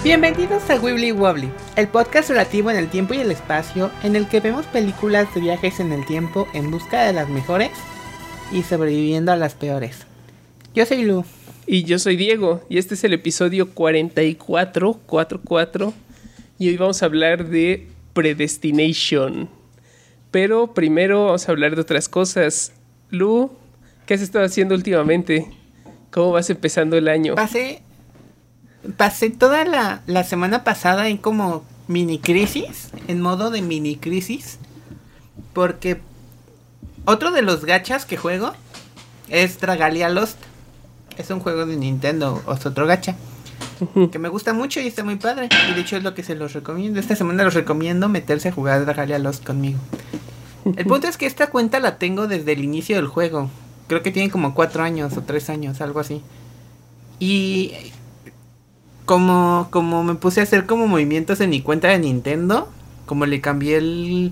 Bienvenidos a Wibbly Wobbly, el podcast relativo en el tiempo y el espacio, en el que vemos películas de viajes en el tiempo en busca de las mejores y sobreviviendo a las peores. Yo soy Lu. Y yo soy Diego, y este es el episodio 44, y hoy vamos a hablar de Predestination. Pero primero vamos a hablar de otras cosas. Lu, ¿qué has estado haciendo últimamente? ¿Cómo vas empezando el año? Pasé toda la semana pasada en como mini crisis, en modo de mini crisis, porque otro de los gachas que juego es Dragalia Lost. Es un juego de Nintendo, es otro gacha que me gusta mucho y está muy padre, y de hecho es lo que se los recomiendo. Esta semana los recomiendo meterse a jugar Dragalia Lost conmigo. El punto es que esta cuenta la tengo desde el inicio del juego. Creo que tiene como 4 años o 3 años, algo así. Y como me puse a hacer como movimientos en mi cuenta de Nintendo, como le cambié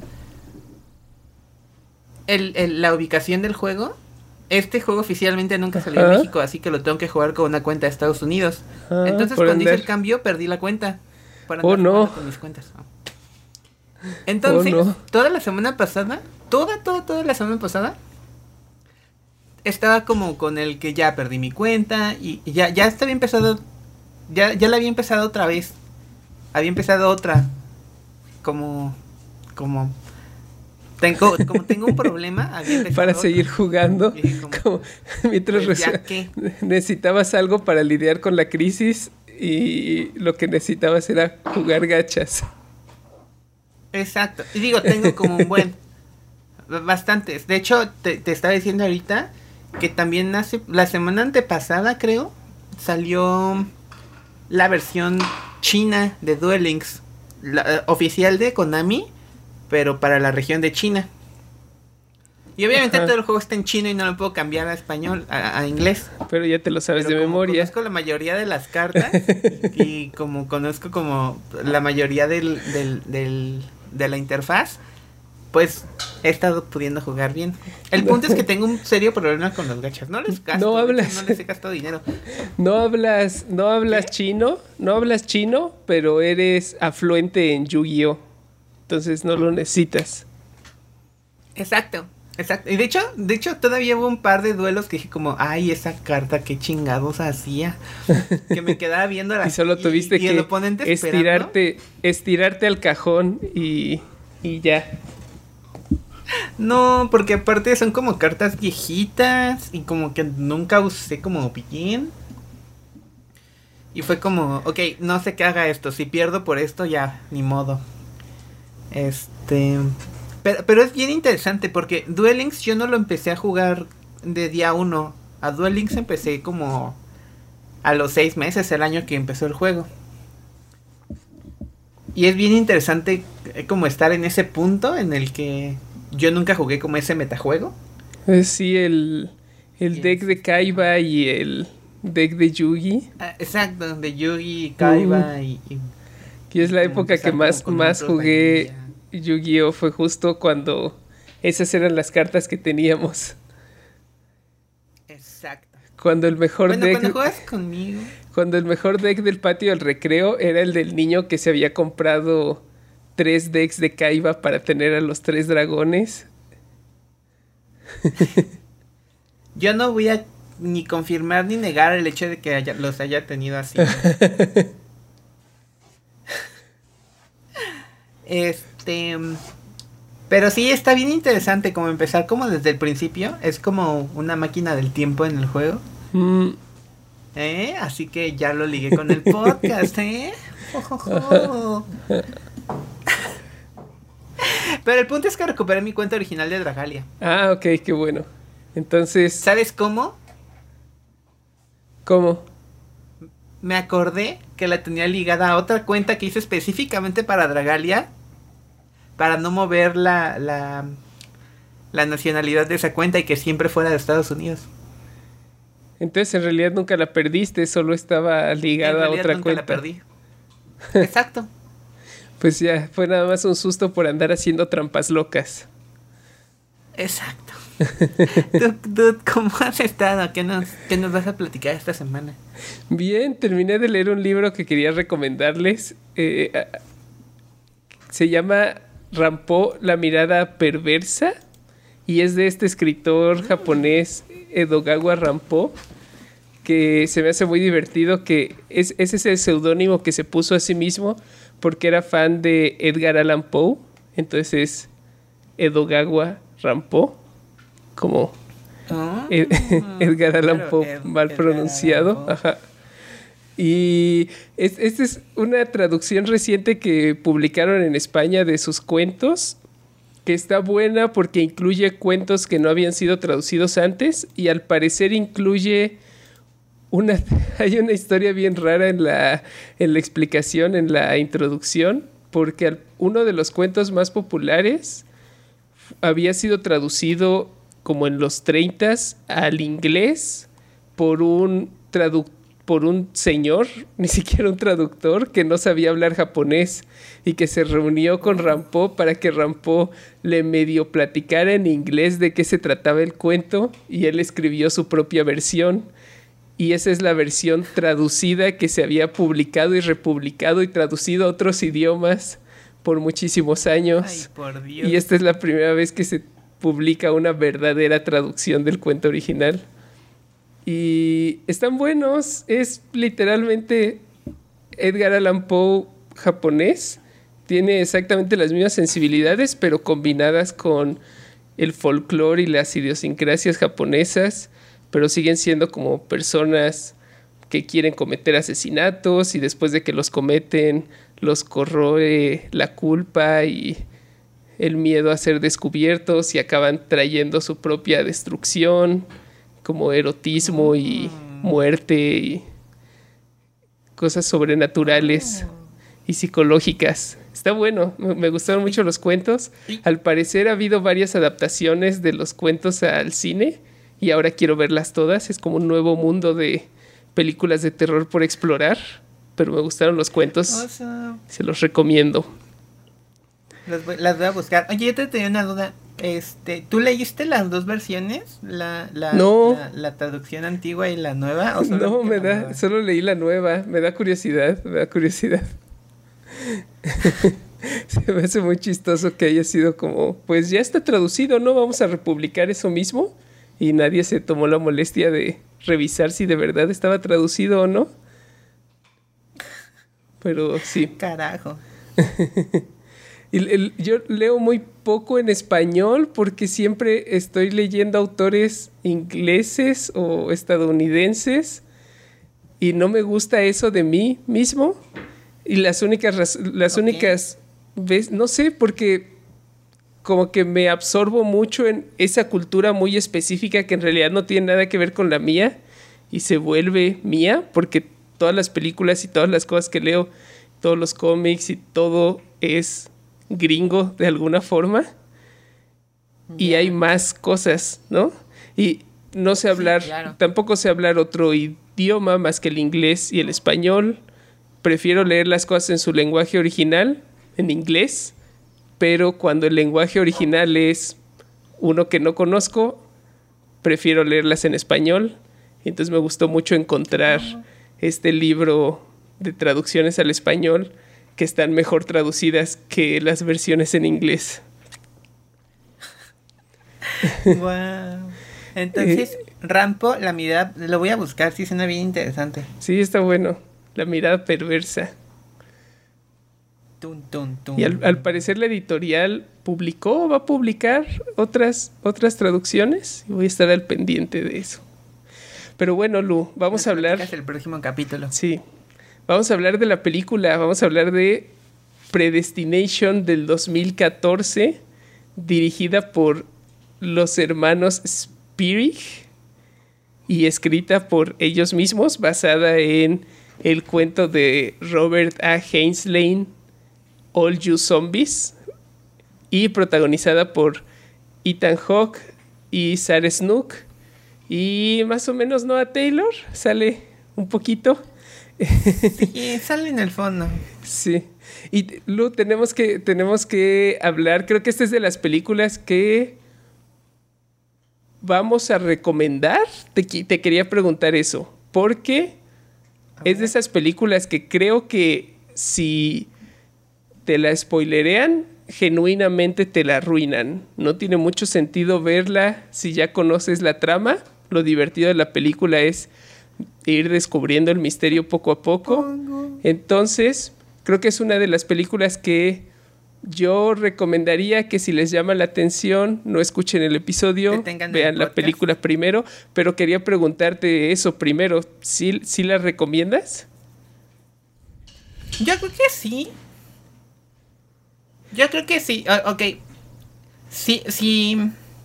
la ubicación del juego, este juego oficialmente nunca salió en México, así que lo tengo que jugar con una cuenta de Estados Unidos. Entonces cuando hice el cambio perdí la cuenta para andar jugando con mis cuentas. Entonces, toda la semana pasada, toda la semana pasada, estaba como con el que ya perdí mi cuenta y ya estaba empezado. Ya la había empezado otra vez. Había empezado otra. Como tengo un problema, había para seguir otra. jugando. Mientras pues necesitabas algo para lidiar con la crisis y lo que necesitabas era jugar gachas. Exacto. Y digo, tengo como un bastantes. De hecho, te estaba diciendo ahorita que también la semana antepasada, creo, salió la versión china de Duel Links, oficial de Konami, pero para la región de China. Y obviamente todo el juego está en chino y no lo puedo cambiar a español, a inglés. Pero ya te lo sabes de memoria. Conozco la mayoría de las cartas y como conozco como la mayoría de la interfaz, pues he estado pudiendo jugar bien. El punto es que tengo un serio problema con los gachas. No les gasto, no les he gastado dinero. No hablas chino, pero eres afluente en Yu-Gi-Oh. Entonces no lo necesitas. Exacto. Y de hecho todavía hubo un par de duelos que dije como, ay, esa carta qué chingados hacía. Que me quedaba viendo y solo tuviste que el oponente estirarte al cajón y ya. No, porque aparte son como cartas viejitas y como que nunca usé como bien. Y fue como, ok, no sé qué haga esto. Si pierdo por esto, ya, ni modo. Pero es bien interesante porque Duel Links yo no lo empecé a jugar de día 1. A Duel Links empecé como a los 6 meses, el año que empezó el juego. Y es bien interesante como estar en ese punto en el que yo nunca jugué como ese metajuego. Sí, el deck de Kaiba y el deck de Yugi. Exacto, de Yugi, Kaiba y es la época que más jugué Yu-Gi-Oh! Fue justo cuando esas eran las cartas que teníamos. Exacto. Cuando el mejor deck... Cuando juegas conmigo... Cuando el mejor deck del patio del recreo era el del niño que se había comprado 3 decks de Kaiba para tener a los 3 dragones. Yo no voy a ni confirmar ni negar el hecho de que los haya tenido así. Pero sí está bien interesante como empezar como desde el principio. Es como una máquina del tiempo en el juego. Así que ya lo ligué con el podcast, Pero el punto es que recuperé mi cuenta original de Dragalia. Ah, ok, qué bueno. Entonces... ¿Sabes cómo? ¿Cómo? Me acordé que la tenía ligada a otra cuenta que hice específicamente para Dragalia, para no mover la nacionalidad de esa cuenta y que siempre fuera de Estados Unidos. Entonces en realidad nunca la perdiste, solo estaba ligada a otra nunca cuenta. La perdí. Exacto. Pues ya, fue nada más un susto por andar haciendo trampas locas. Exacto. Dude, ¿cómo has estado? ¿Qué nos vas a platicar esta semana? Bien, terminé de leer un libro que quería recomendarles. Se llama Rampo, la mirada perversa. Y es de este escritor japonés, Edogawa Rampo, que se me hace muy divertido, que es ese seudónimo que se puso a sí mismo porque era fan de Edgar Allan Poe. Entonces es Edogawa Rampo, como Edgar Allan claro, Poe mal Edgar pronunciado. Allan Poe. Ajá. Y esta es una traducción reciente que publicaron en España de sus cuentos, que está buena porque incluye cuentos que no habían sido traducidos antes y al parecer incluye hay una historia bien rara en la explicación, en la introducción, porque uno de los cuentos más populares había sido traducido como en los 30s al inglés por un señor, ni siquiera un traductor, que no sabía hablar japonés y que se reunió con Rampo para que Rampo le medio platicara en inglés de qué se trataba el cuento y él escribió su propia versión. Y esa es la versión traducida que se había publicado y republicado y traducido a otros idiomas por muchísimos años. Ay, por Dios. Y esta es la primera vez que se publica una verdadera traducción del cuento original. Y están buenos. Es literalmente Edgar Allan Poe japonés. Tiene exactamente las mismas sensibilidades, pero combinadas con el folclore y las idiosincrasias japonesas. Pero siguen siendo como personas que quieren cometer asesinatos y después de que los cometen los corroe la culpa y el miedo a ser descubiertos y acaban trayendo su propia destrucción, como erotismo y muerte y cosas sobrenaturales y psicológicas. Está bueno, me gustaron mucho los cuentos. Al parecer ha habido varias adaptaciones de los cuentos al cine y ahora quiero verlas todas. Es como un nuevo mundo de películas de terror por explorar, pero me gustaron los cuentos. Awesome. Se los recomiendo. Las voy a buscar. Oye, yo te tenía una duda. ¿Tú leíste las dos versiones? No. La traducción antigua y la nueva. ¿O No, solo leí la nueva. Me da curiosidad. Se me hace muy chistoso que haya sido como, pues ya está traducido, ¿no? Vamos a republicar eso mismo. Y nadie se tomó la molestia de revisar si de verdad estaba traducido o no. Pero sí. Carajo. Yo leo muy poco en español porque siempre estoy leyendo autores ingleses o estadounidenses y no me gusta eso de mí mismo. Y las únicas veces, no sé, porque como que me absorbo mucho en esa cultura muy específica que en realidad no tiene nada que ver con la mía y se vuelve mía porque todas las películas y todas las cosas que leo, todos los cómics y todo es gringo de alguna forma. Y hay más cosas, ¿no? Y no sé hablar, claro. Tampoco sé hablar otro idioma más que el inglés y el español. Prefiero leer las cosas en su lenguaje original, en inglés, pero cuando el lenguaje original es uno que no conozco, prefiero leerlas en español. Entonces me gustó mucho encontrar este libro de traducciones al español que están mejor traducidas que las versiones en inglés. Wow. Entonces, Rampo, la mirada, lo voy a buscar, sí suena bien interesante. Sí, está bueno. La mirada perversa. Tun, tun, tun. Y al parecer la editorial va a publicar otras traducciones y voy a estar al pendiente de eso. Pero bueno, Lu, vamos a hablar... el próximo capítulo. Sí, vamos a hablar de la película, vamos a hablar de Predestination del 2014, dirigida por los hermanos Spierig y escrita por ellos mismos, basada en el cuento de Robert A. Heinlein, All You Zombies, y protagonizada por Ethan Hawke y Sarah Snook, y más o menos Noah Taylor, sale un poquito. Sí, sale en el fondo. Sí. Y Lu, tenemos que hablar, creo que esta es de las películas que vamos a recomendar? Te quería preguntar eso, porque es de esas películas que creo que si te la spoilerean, genuinamente te la arruinan. No tiene mucho sentido verla si ya conoces la trama. Lo divertido de la película es ir descubriendo el misterio poco a poco. Entonces, creo que es una de las películas que yo recomendaría que si les llama la atención, no escuchen el episodio, vean la película primero. Pero quería preguntarte eso primero. ¿Sí la recomiendas? Yo creo que sí. Ok. Sí.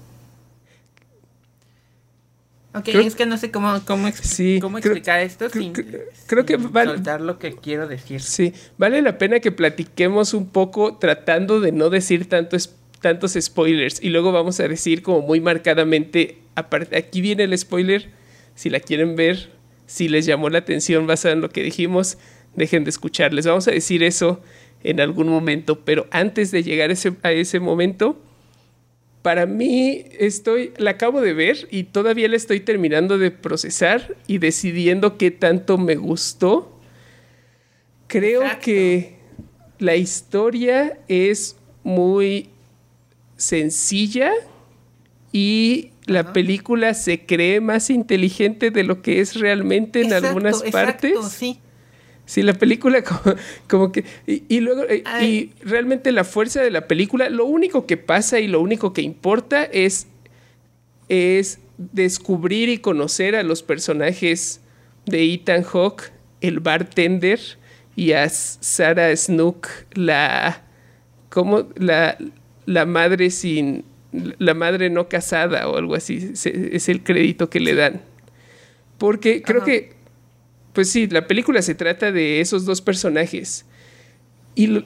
Ok, es que no sé cómo explicar esto sin soltar lo que quiero decir. Sí, vale la pena que platiquemos un poco tratando de no decir tantos spoilers. Y luego vamos a decir como muy marcadamente, aquí viene el spoiler, si la quieren ver, si les llamó la atención basado en lo que dijimos, dejen de escuchar. Les vamos a decir eso en algún momento, pero antes de llegar a ese momento, para mí la acabo de ver y todavía la estoy terminando de procesar y decidiendo qué tanto me gustó. Creo que la historia es muy sencilla y la película se cree más inteligente de lo que es realmente en algunas partes. Sí. Sí, la película como que... Y luego, y realmente la fuerza de la película, lo único que pasa y lo único que importa es descubrir y conocer a los personajes de Ethan Hawke, el bartender, y a Sarah Snook, la madre no casada o algo así. Es el crédito que le dan. Porque creo que pues sí, la película se trata de esos dos personajes. Y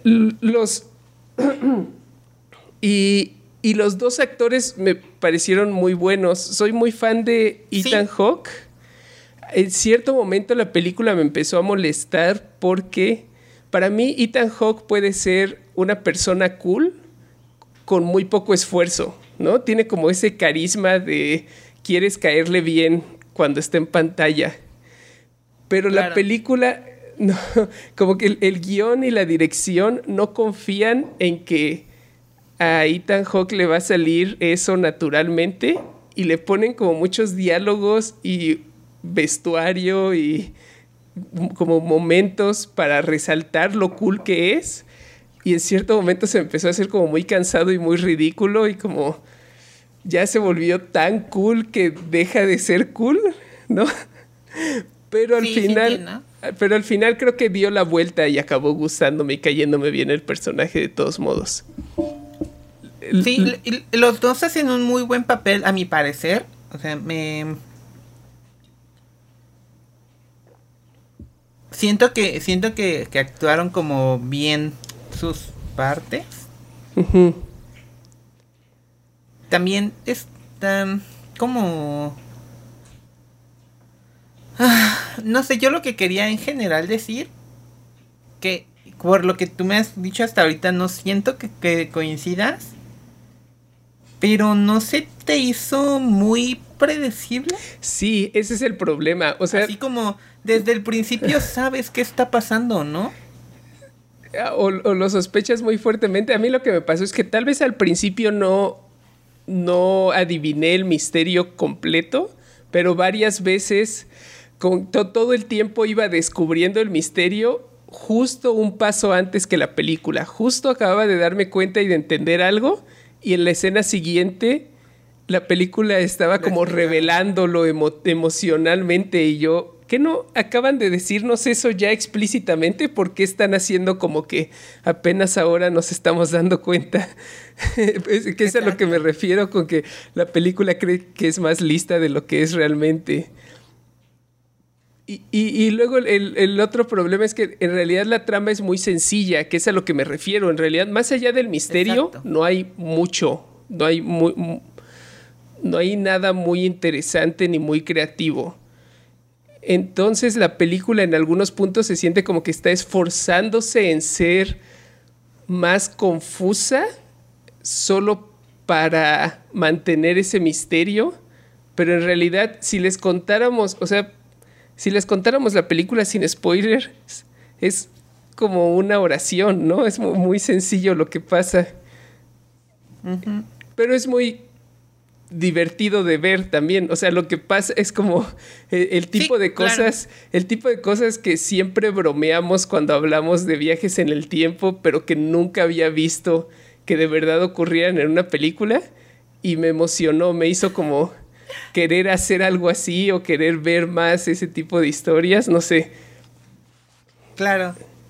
los dos actores me parecieron muy buenos. Soy muy fan de Ethan Hawke. En cierto momento la película me empezó a molestar porque para mí Ethan Hawke puede ser una persona cool con muy poco esfuerzo, ¿no? Tiene como ese carisma de quieres caerle bien cuando está en pantalla. Pero claro, la película, no, como que el guión y la dirección no confían en que a Ethan Hawke le va a salir eso naturalmente y le ponen como muchos diálogos y vestuario y como momentos para resaltar lo cool que es. Y en cierto momento se empezó a hacer como muy cansado y muy ridículo y como ya se volvió tan cool que deja de ser cool, ¿no? Pero al final creo que dio la vuelta y acabó gustándome y cayéndome bien el personaje de todos modos. Sí, los dos hacen un muy buen papel, a mi parecer. O sea, siento que actuaron como bien sus partes. Uh-huh. También están como... no sé, yo lo que quería en general decir, que por lo que tú me has dicho hasta ahorita, no siento que coincidas, pero ¿no se te hizo muy predecible? Sí, ese es el problema. O sea, así como desde el principio sabes qué está pasando, ¿no? O lo sospechas muy fuertemente. A mí lo que me pasó es que tal vez al principio no adiviné el misterio completo, pero varias veces... todo el tiempo iba descubriendo el misterio justo un paso antes que la película. Justo acababa de darme cuenta y de entender algo y en la escena siguiente la película estaba como revelándolo emocionalmente y yo, ¿qué no acaban de decirnos eso ya explícitamente? ¿Por qué están haciendo como que apenas ahora nos estamos dando cuenta? Que es a lo que me refiero con que la película cree que es más lista de lo que es realmente. Y luego el otro problema es que en realidad la trama es muy sencilla, que es a lo que me refiero. En realidad, más allá del misterio, no hay mucho, no hay nada muy interesante ni muy creativo. Entonces la película en algunos puntos se siente como que está esforzándose en ser más confusa solo para mantener ese misterio, pero en realidad si les contáramos la película sin spoilers, es como una oración, ¿no? Es muy sencillo lo que pasa. Uh-huh. Pero es muy divertido de ver también. O sea, lo que pasa es como el tipo de cosas, claro. El tipo de cosas que siempre bromeamos cuando hablamos de viajes en el tiempo, pero que nunca había visto que de verdad ocurrieran en una película. Y me emocionó, me hizo como querer hacer algo así o querer ver más ese tipo de historias, no sé. Claro.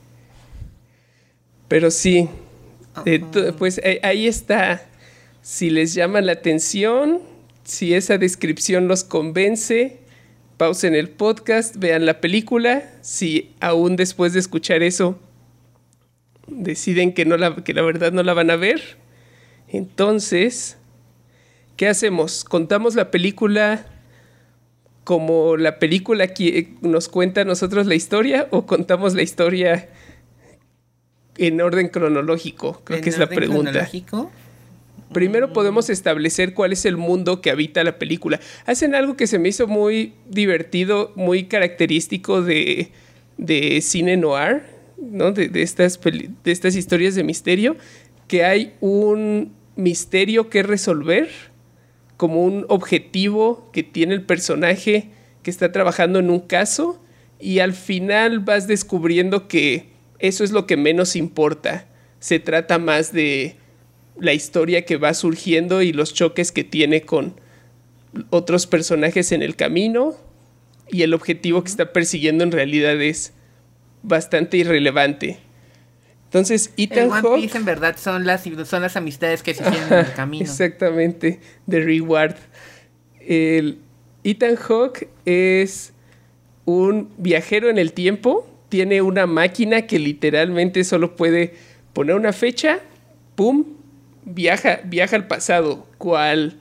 Pero sí, pues ahí está. Si les llama la atención, si esa descripción los convence, pausen el podcast, vean la película. Si aún después de escuchar eso deciden que la verdad no la van a ver, entonces, ¿qué hacemos? ¿Contamos la película como la película que nos cuenta a nosotros la historia o contamos la historia en orden cronológico? Creo que es la pregunta. ¿Cronológico? Primero podemos establecer cuál es el mundo que habita la película. Hacen algo que se me hizo muy divertido, muy característico de cine noir, ¿no? De estas historias de misterio, que hay un misterio que resolver, como un objetivo que tiene el personaje que está trabajando en un caso, y al final vas descubriendo que eso es lo que menos importa. Se trata más de la historia que va surgiendo y los choques que tiene con otros personajes en el camino, y el objetivo que está persiguiendo en realidad es bastante irrelevante. Entonces, Ethan Hawke... One Piece en verdad son las amistades que se hicieron en el camino. Exactamente, The Reward. Ethan Hawke es un viajero en el tiempo, tiene una máquina que literalmente solo puede poner una fecha, ¡pum!, viaja al pasado, cual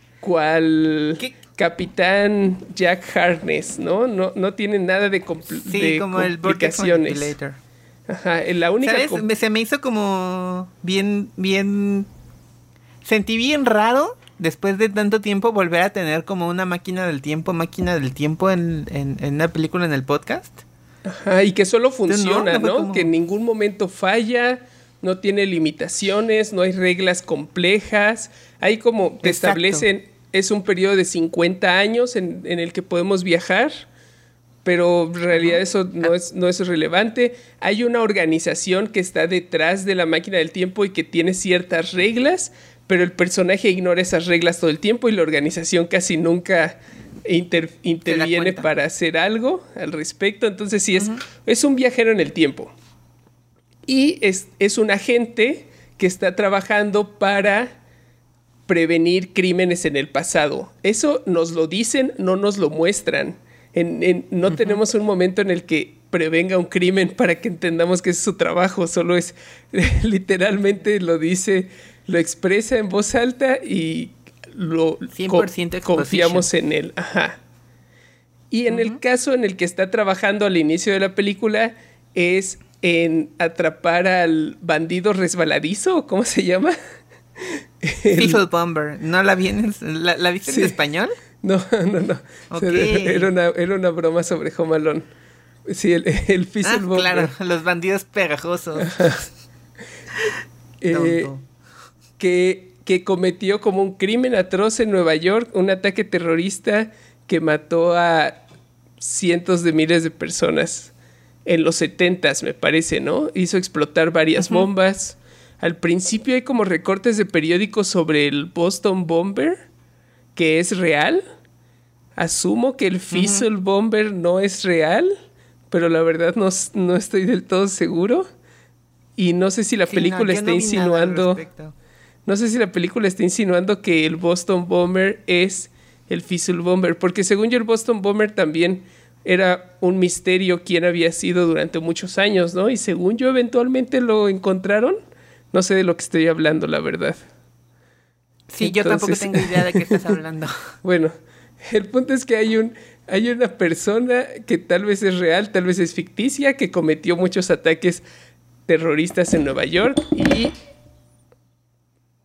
Capitán Jack Harkness, ¿no? No tiene nada de como complicaciones. El Ajá, la única... ¿Sabes? Se me hizo como bien... Sentí bien raro después de tanto tiempo volver a tener como una máquina del tiempo en una película, en el podcast. Ajá, y que solo funciona, ¿no? Como... Que en ningún momento falla, no tiene limitaciones, no hay reglas complejas. Hay como te establecen, es un periodo de 50 años en el que podemos viajar, pero en realidad eso no es relevante. Hay una organización que está detrás de la máquina del tiempo y que tiene ciertas reglas, pero el personaje ignora esas reglas todo el tiempo y la organización casi nunca interviene para hacer algo al respecto. Entonces sí, es un viajero en el tiempo. Y es un agente que está trabajando para prevenir crímenes en el pasado. Eso nos lo dicen, no nos lo muestran. No tenemos un momento en el que prevenga un crimen para que entendamos que es su trabajo. Solo es literalmente lo dice, lo expresa en voz alta y lo 100% confiamos en él. Ajá. Y en el caso en el que está trabajando al inicio de la película es en atrapar al bandido resbaladizo, ¿cómo se llama? Fizzle Bomber. ¿No la viste en español? No. Okay. Era una broma sobre Home Alone. Sí, el Fizzle Bomber. Claro, los bandidos pegajosos. Que cometió como un crimen atroz en Nueva York, un ataque terrorista que mató a cientos de miles de personas en los 70s, me parece, ¿no? Hizo explotar varias bombas. Al principio hay como recortes de periódicos sobre el Boston Bomber, que es real. Asumo que el Fizzle Bomber no es real, pero la verdad no estoy del todo seguro. Y no sé si la película está insinuando... No sé si la película está insinuando que el Boston Bomber es el Fizzle Bomber, porque según yo el Boston Bomber también era un misterio quién había sido durante muchos años, ¿no? Y según yo eventualmente lo encontraron. No sé de lo que estoy hablando, la verdad. Sí, yo tampoco tengo idea de qué estás hablando. Bueno, el punto es que hay una persona que tal vez es real, tal vez es ficticia, que cometió muchos ataques terroristas en Nueva York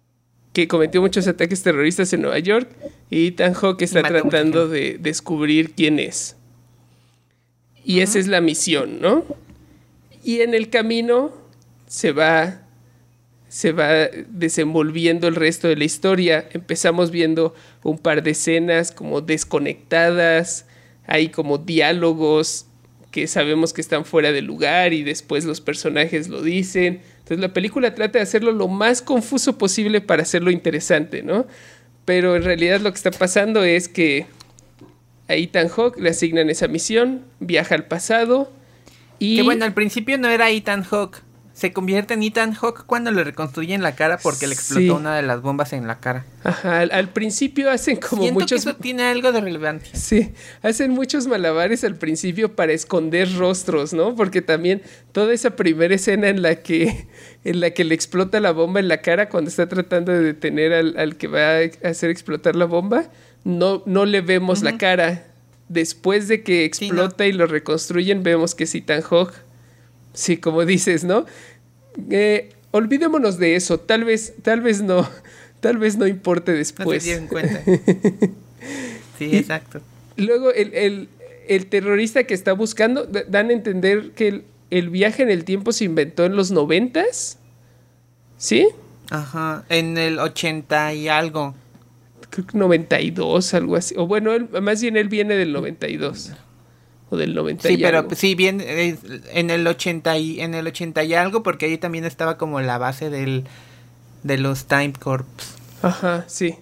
que cometió muchos ataques terroristas en Nueva York y Ethan Hawke está tratando de descubrir quién es. Y esa es la misión, ¿no? Y en el camino se va desenvolviendo el resto de la historia. Empezamos viendo un par de escenas como desconectadas, hay como diálogos que sabemos que están fuera de lugar y después los personajes lo dicen. Entonces la película trata de hacerlo lo más confuso posible para hacerlo interesante, ¿no? Pero en realidad lo que está pasando es que a Ethan Hawke le asignan esa misión, viaja al pasado y... Que bueno, al principio no era Ethan Hawke. Se convierte en Ethan Hawke cuando le reconstruyen la cara porque le explotó una de las bombas en la cara. Ajá, al principio hacen como Siento muchos... que eso tiene algo de relevante. Sí, hacen muchos malabares al principio para esconder rostros, ¿no? Porque también toda esa primera escena en la que le explota la bomba en la cara cuando está tratando de detener al que va a hacer explotar la bomba, no le vemos la cara. Después de que explota y lo reconstruyen, vemos que es Ethan Hawke. Sí, como dices, ¿no? Olvidémonos de eso. Tal vez no importe después. No se dieron cuenta. Sí, exacto. Luego el terrorista que está buscando, dan a entender que el viaje en el tiempo se inventó en los 90s. ¿Sí? Ajá, en el 80 y algo. Creo que 92, algo así. O bueno, más bien él viene del 92. O del 90 sí, y pero algo. sí, bien, en el 80 y algo, porque ahí también estaba como la base de los Time Corps. Ajá, sí.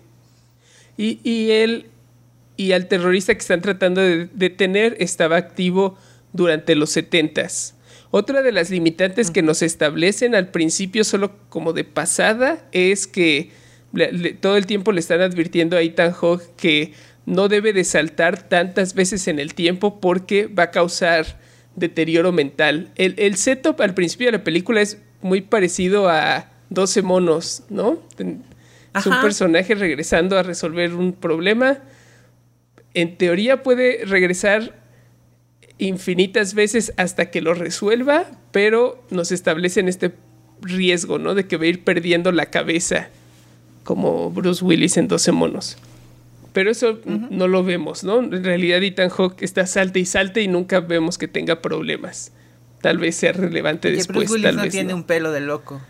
Y al terrorista que están tratando de detener estaba activo durante los 70s. Otra de las limitantes que nos establecen al principio, solo como de pasada, es que todo el tiempo le están advirtiendo a Ethan Hawke que no debe de saltar tantas veces en el tiempo porque va a causar deterioro mental. El setup al principio de la película es muy parecido a 12 monos, ¿no? Es un personaje regresando a resolver un problema. En teoría puede regresar infinitas veces hasta que lo resuelva, pero nos establecen este riesgo, ¿no? De que va a ir perdiendo la cabeza, como Bruce Willis en 12 monos. Pero eso no lo vemos, ¿no? En realidad Ethan Hawke está salte y nunca vemos que tenga problemas. Tal vez sea relevante después. Bruce Willis tal no vez tiene un pelo de loco.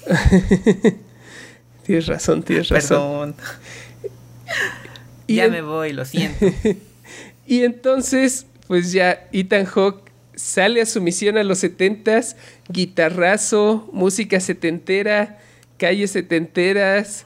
Tienes razón. Perdón. Ya me voy, lo siento. Y entonces, pues ya Ethan Hawke sale a su misión a los 70s, guitarrazo, música setentera, calles setenteras,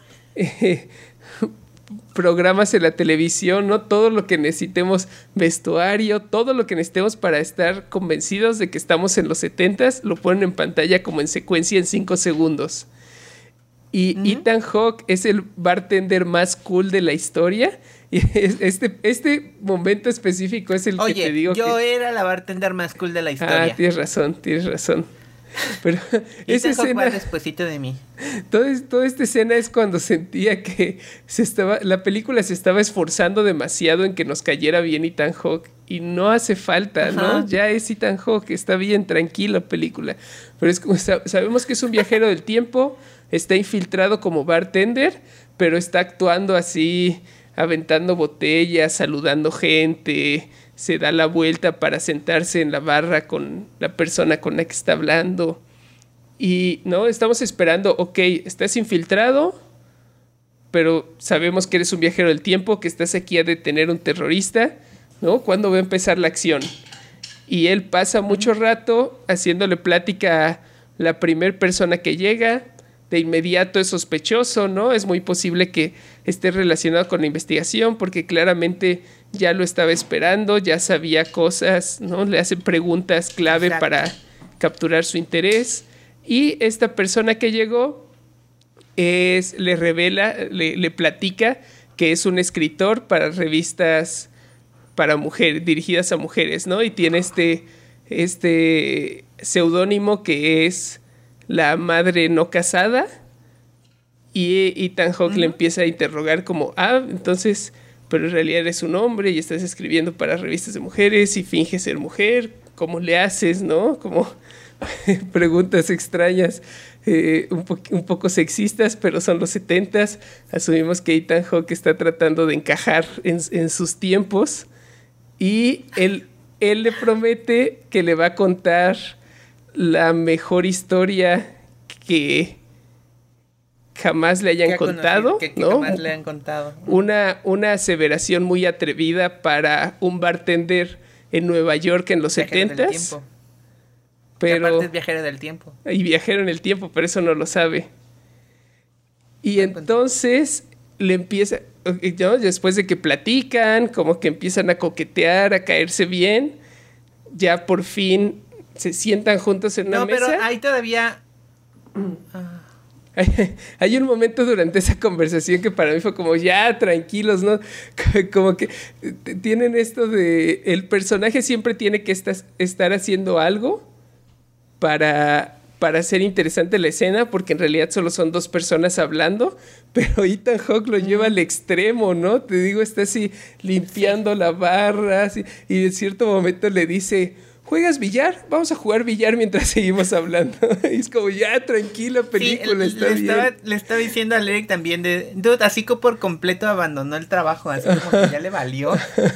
programas en la televisión, ¿no? Todo lo que necesitemos, vestuario, todo lo que necesitemos para estar convencidos de que estamos en los 70s, lo ponen en pantalla como en secuencia en 5 segundos. Y Ethan Hawke es el bartender más cool de la historia. Y este momento específico es el que te digo yo era la bartender más cool de la historia. Ah, tienes razón. Pero esa escena, despuesito de mí. Toda esta escena es cuando sentía que la película se estaba esforzando demasiado en que nos cayera bien Ethan Hawke y no hace falta, ¿no? Ya es Ethan Hawke, está bien, tranquila película. Pero es como sabemos que es un viajero del tiempo, está infiltrado como bartender, pero está actuando así, aventando botellas, saludando gente, se da la vuelta para sentarse en la barra con la persona con la que está hablando. Y no, estamos esperando, ok, estás infiltrado, pero sabemos que eres un viajero del tiempo, que estás aquí a detener un terrorista, ¿no? ¿Cuándo va a empezar la acción? Y él pasa mucho rato haciéndole plática a la primer persona que llega. De inmediato es sospechoso, ¿no? Es muy posible que esté relacionado con la investigación porque claramente ya lo estaba esperando, ya sabía cosas, ¿no? Le hacen preguntas clave para capturar su interés. Y esta persona que llegó le revela, le platica que es un escritor para revistas para mujeres, dirigidas a mujeres, ¿no? Y tiene este seudónimo que es La Madre No Casada. Y Ethan Hawke le empieza a interrogar como, entonces, pero en realidad eres un hombre y estás escribiendo para revistas de mujeres y finges ser mujer, ¿cómo le haces, no? Como preguntas extrañas. un poco sexistas, pero son los 70s. Asumimos que Ethan Hawke está tratando de encajar en sus tiempos. Y él le promete que le va a contar la mejor historia que jamás le hayan contado, ¿no? Jamás le han contado. Una aseveración muy atrevida para un bartender en Nueva York en los 70s. Pero aparte es viajero del tiempo. Y viajero en el tiempo, pero eso no lo sabe. Y entonces le empieza, ¿no? Después de que platican, como que empiezan a coquetear, a caerse bien, ya por fin se sientan juntos en una mesa. No, pero ahí todavía... Hay un momento durante esa conversación que para mí fue como, ya, tranquilos, ¿no? Como que tienen esto de... El personaje siempre tiene que estar haciendo algo para hacer interesante la escena, porque en realidad solo son dos personas hablando, pero Ethan Hawke lo lleva al extremo, ¿no? Te digo, está así limpiando la barra, así, y en cierto momento le dice... ¿Juegas billar? Vamos a jugar billar mientras seguimos hablando. Y es como, ya, tranquila, película, está bien. Le estaba diciendo a Eric también de... Dude, así que por completo abandonó el trabajo, así como que ya le valió.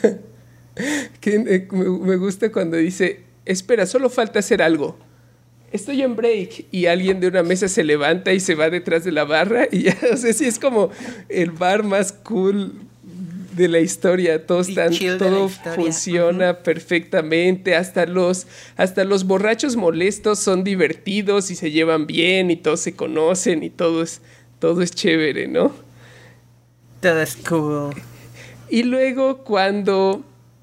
Me gusta cuando dice, espera, solo falta hacer algo. Estoy en break. Y alguien de una mesa se levanta y se va detrás de la barra. Y ya, o sea, sí es como el bar más cool de la historia. Todo funciona perfectamente. Hasta los borrachos molestos son divertidos y se llevan bien y todos se conocen y todo es chévere, ¿no? Todo es cool. Y luego cuando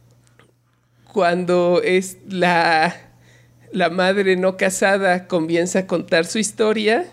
es la madre no casada comienza a contar su historia,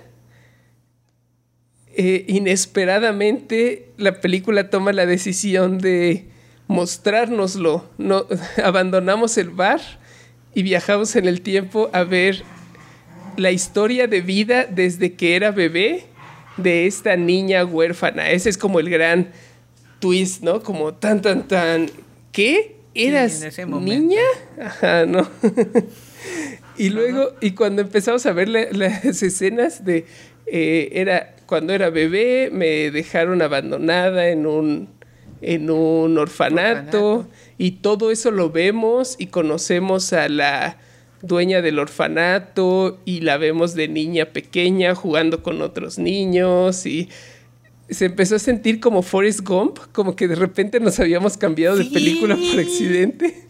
inesperadamente la película toma la decisión de mostrárnoslo. No, abandonamos el bar y viajamos en el tiempo a ver la historia de vida desde que era bebé de esta niña huérfana. Ese es como el gran twist, ¿no? Como tan, ¿qué? ¿Eras niña? Ajá, ¿no? Y luego, y cuando empezamos a ver las escenas de... era cuando era bebé, me dejaron abandonada en un orfanato. Y todo eso lo vemos y conocemos a la dueña del orfanato y la vemos de niña pequeña jugando con otros niños y se empezó a sentir como Forrest Gump, como que de repente nos habíamos cambiado de película por accidente.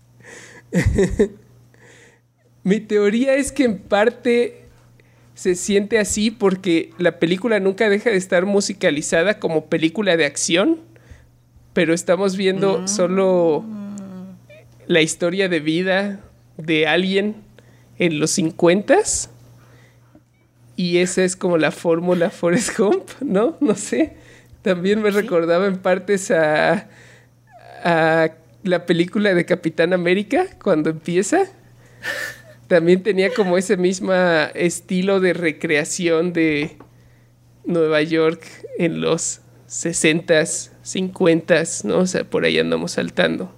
Mi teoría es que en parte se siente así porque la película nunca deja de estar musicalizada como película de acción, pero estamos viendo solo la historia de vida de alguien en los 50s y esa es como la fórmula Forrest Gump, ¿no? No sé. También me recordaba en partes a la película de Capitán América cuando empieza. También tenía como ese mismo estilo de recreación de Nueva York en los 60s, 50s, ¿no? O sea, por ahí andamos saltando.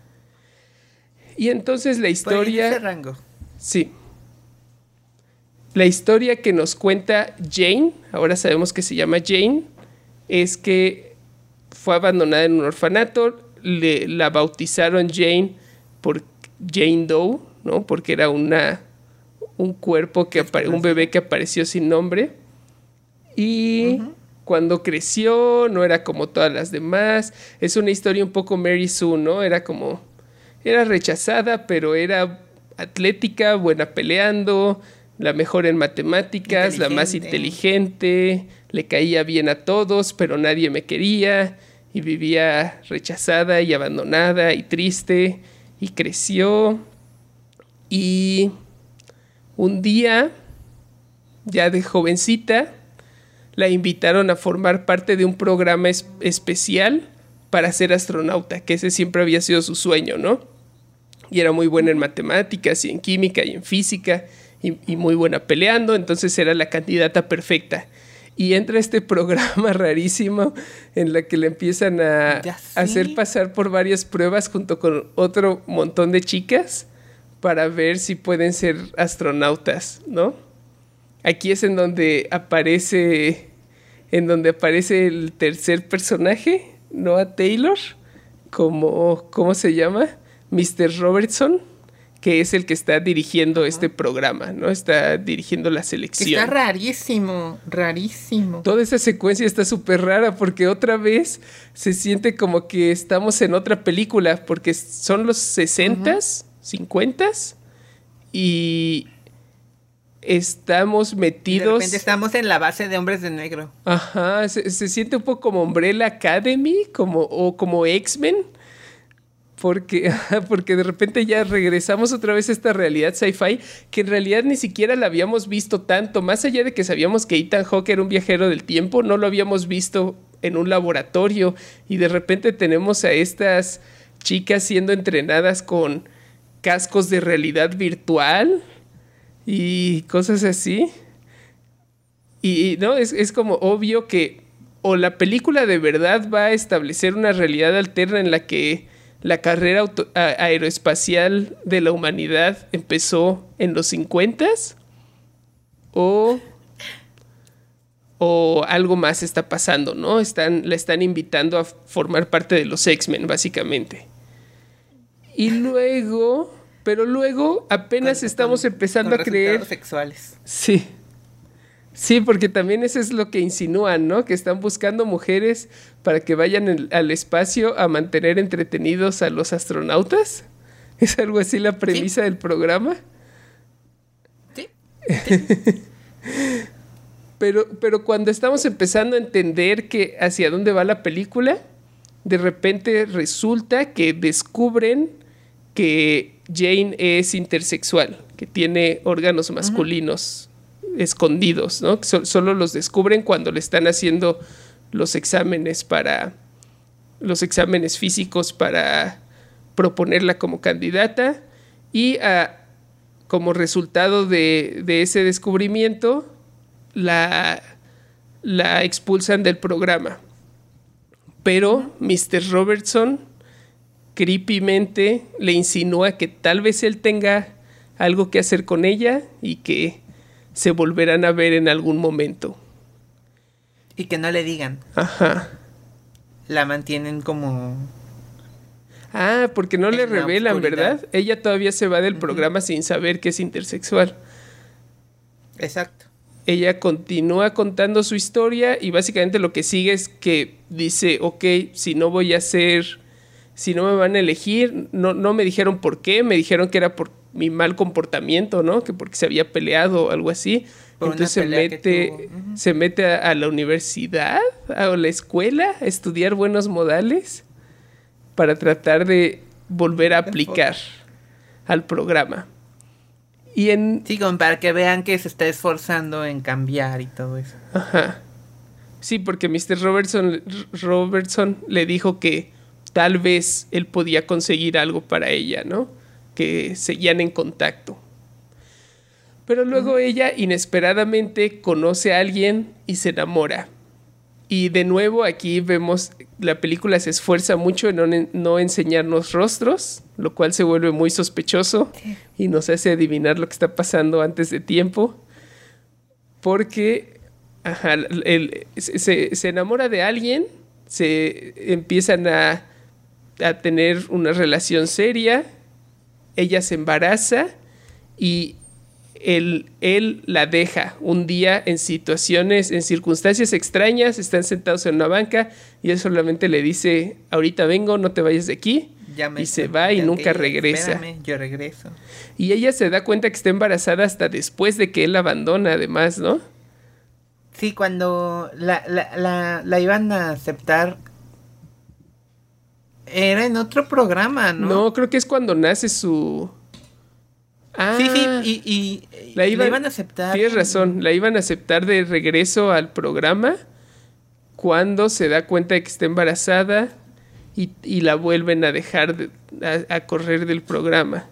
Y entonces la historia... Por ese rango. Sí. La historia que nos cuenta Jane, ahora sabemos que se llama Jane, es que fue abandonada en un orfanato, la bautizaron Jane por Jane Doe, ¿no? Porque era un cuerpo, un bebé que apareció sin nombre. Y cuando creció, no era como todas las demás. Es una historia un poco Mary Sue, ¿no? Era rechazada, pero era atlética, buena peleando, la mejor en matemáticas, la más inteligente, le caía bien a todos, pero nadie me quería. Y vivía rechazada y abandonada y triste. Y creció. Y un día, ya de jovencita, la invitaron a formar parte de un programa especial para ser astronauta, que ese siempre había sido su sueño, ¿no? Y era muy buena en matemáticas y en química y en física y muy buena peleando, entonces era la candidata perfecta. Y entra este programa rarísimo en la que le empiezan a hacer pasar por varias pruebas junto con otro montón de chicas para ver si pueden ser astronautas, ¿no? Aquí es en donde aparece el tercer personaje, Noah Taylor, como, ¿cómo se llama? Mr. Robertson, que es el que está dirigiendo este programa, ¿no? Está dirigiendo la selección. Está rarísimo, rarísimo. Toda esa secuencia está súper rara porque otra vez se siente como que estamos en otra película, porque son los 60s, 50s, y estamos metidos... De repente estamos en la base de Hombres de Negro. Ajá, se siente un poco como Umbrella Academy, o como X-Men, porque de repente ya regresamos otra vez a esta realidad sci-fi, que en realidad ni siquiera la habíamos visto tanto, más allá de que sabíamos que Ethan Hawke era un viajero del tiempo, no lo habíamos visto en un laboratorio, y de repente tenemos a estas chicas siendo entrenadas con cascos de realidad virtual y cosas así. Y no, es como obvio que o la película de verdad va a establecer una realidad alterna en la que la carrera aeroespacial de la humanidad empezó en los 50s, o algo más está pasando, ¿no? La están invitando a formar parte de los X-Men, básicamente. Y luego... Pero luego apenas estamos empezando a creer... sexuales. Sí. Sí, porque también eso es lo que insinúan, ¿no? Que están buscando mujeres para que vayan al espacio a mantener entretenidos a los astronautas. ¿Es algo así la premisa del programa? Sí. Pero cuando estamos empezando a entender hacia dónde va la película, de repente resulta que descubren que Jane es intersexual, que tiene órganos masculinos escondidos, ¿no? Solo los descubren cuando le están haciendo los exámenes físicos para proponerla como candidata, y como resultado de ese descubrimiento la expulsan del programa. Pero Mr. Robertson creepymente le insinúa que tal vez él tenga algo que hacer con ella y que se volverán a ver en algún momento. Y que no le digan. Ajá. La mantienen como... Ah, porque no le revelan, oscuridad. ¿verdad? Ella todavía se va del programa sin saber que es intersexual. Exacto. Ella continúa contando su historia y básicamente lo que sigue es que dice, ok, si no me van a elegir, no me dijeron por qué, me dijeron que era por mi mal comportamiento, ¿no? Que porque se había peleado o algo así. Entonces se mete a la universidad, a la escuela, a estudiar buenos modales para tratar de volver a aplicar al programa. Sí, como para que vean que se está esforzando en cambiar y todo eso. Ajá. Sí, porque Mr. Robertson le dijo que tal vez él podía conseguir algo para ella, ¿no? Que seguían en contacto. Pero luego ella inesperadamente conoce a alguien y se enamora. Y de nuevo aquí vemos, la película se esfuerza mucho en no enseñarnos rostros, lo cual se vuelve muy sospechoso y nos hace adivinar lo que está pasando antes de tiempo. Porque se enamora de alguien, se empiezan a tener una relación seria, ella se embaraza y él la deja un día en circunstancias extrañas, están sentados en una banca y él solamente le dice, ahorita vengo, no te vayas de aquí, y se va y nunca regresa. Espérame, yo regreso. Y ella se da cuenta que está embarazada hasta después de que él la abandona, además, ¿no? Sí, cuando la iban a aceptar, era en otro programa, ¿no? No, creo que es cuando nace su... Ah, sí, y la iban a aceptar. Tienes razón, la iban a aceptar de regreso al programa cuando se da cuenta de que está embarazada y la vuelven a dejar a correr del programa.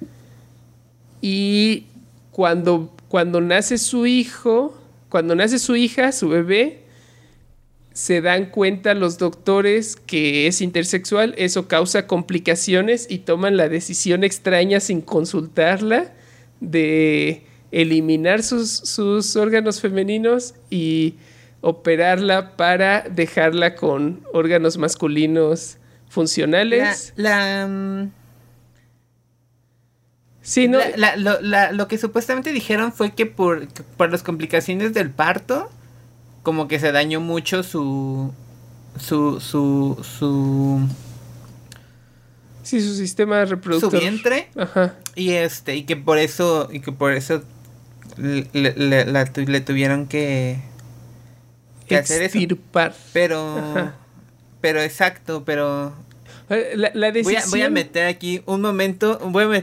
Y cuando nace su hijo, cuando nace su hija, su bebé, se dan cuenta los doctores que es intersexual, eso causa complicaciones y toman la decisión extraña sin consultarla de eliminar sus órganos femeninos y operarla para dejarla con órganos masculinos funcionales. Sí, ¿no? Lo que supuestamente dijeron fue que por las complicaciones del parto, como que se dañó mucho su sí, su sistema reproductor. Su vientre. Ajá. Y que por eso le tuvieron que extirpar. Hacer eso. Pero exacto, pero la decisión... voy a meter aquí un momento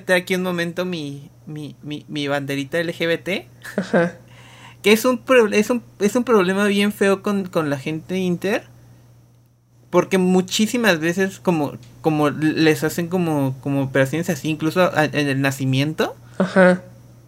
mi banderita LGBT. Ajá. Que es un problema bien feo con la gente inter. Porque muchísimas veces como les hacen como operaciones así, incluso en el nacimiento. Ajá.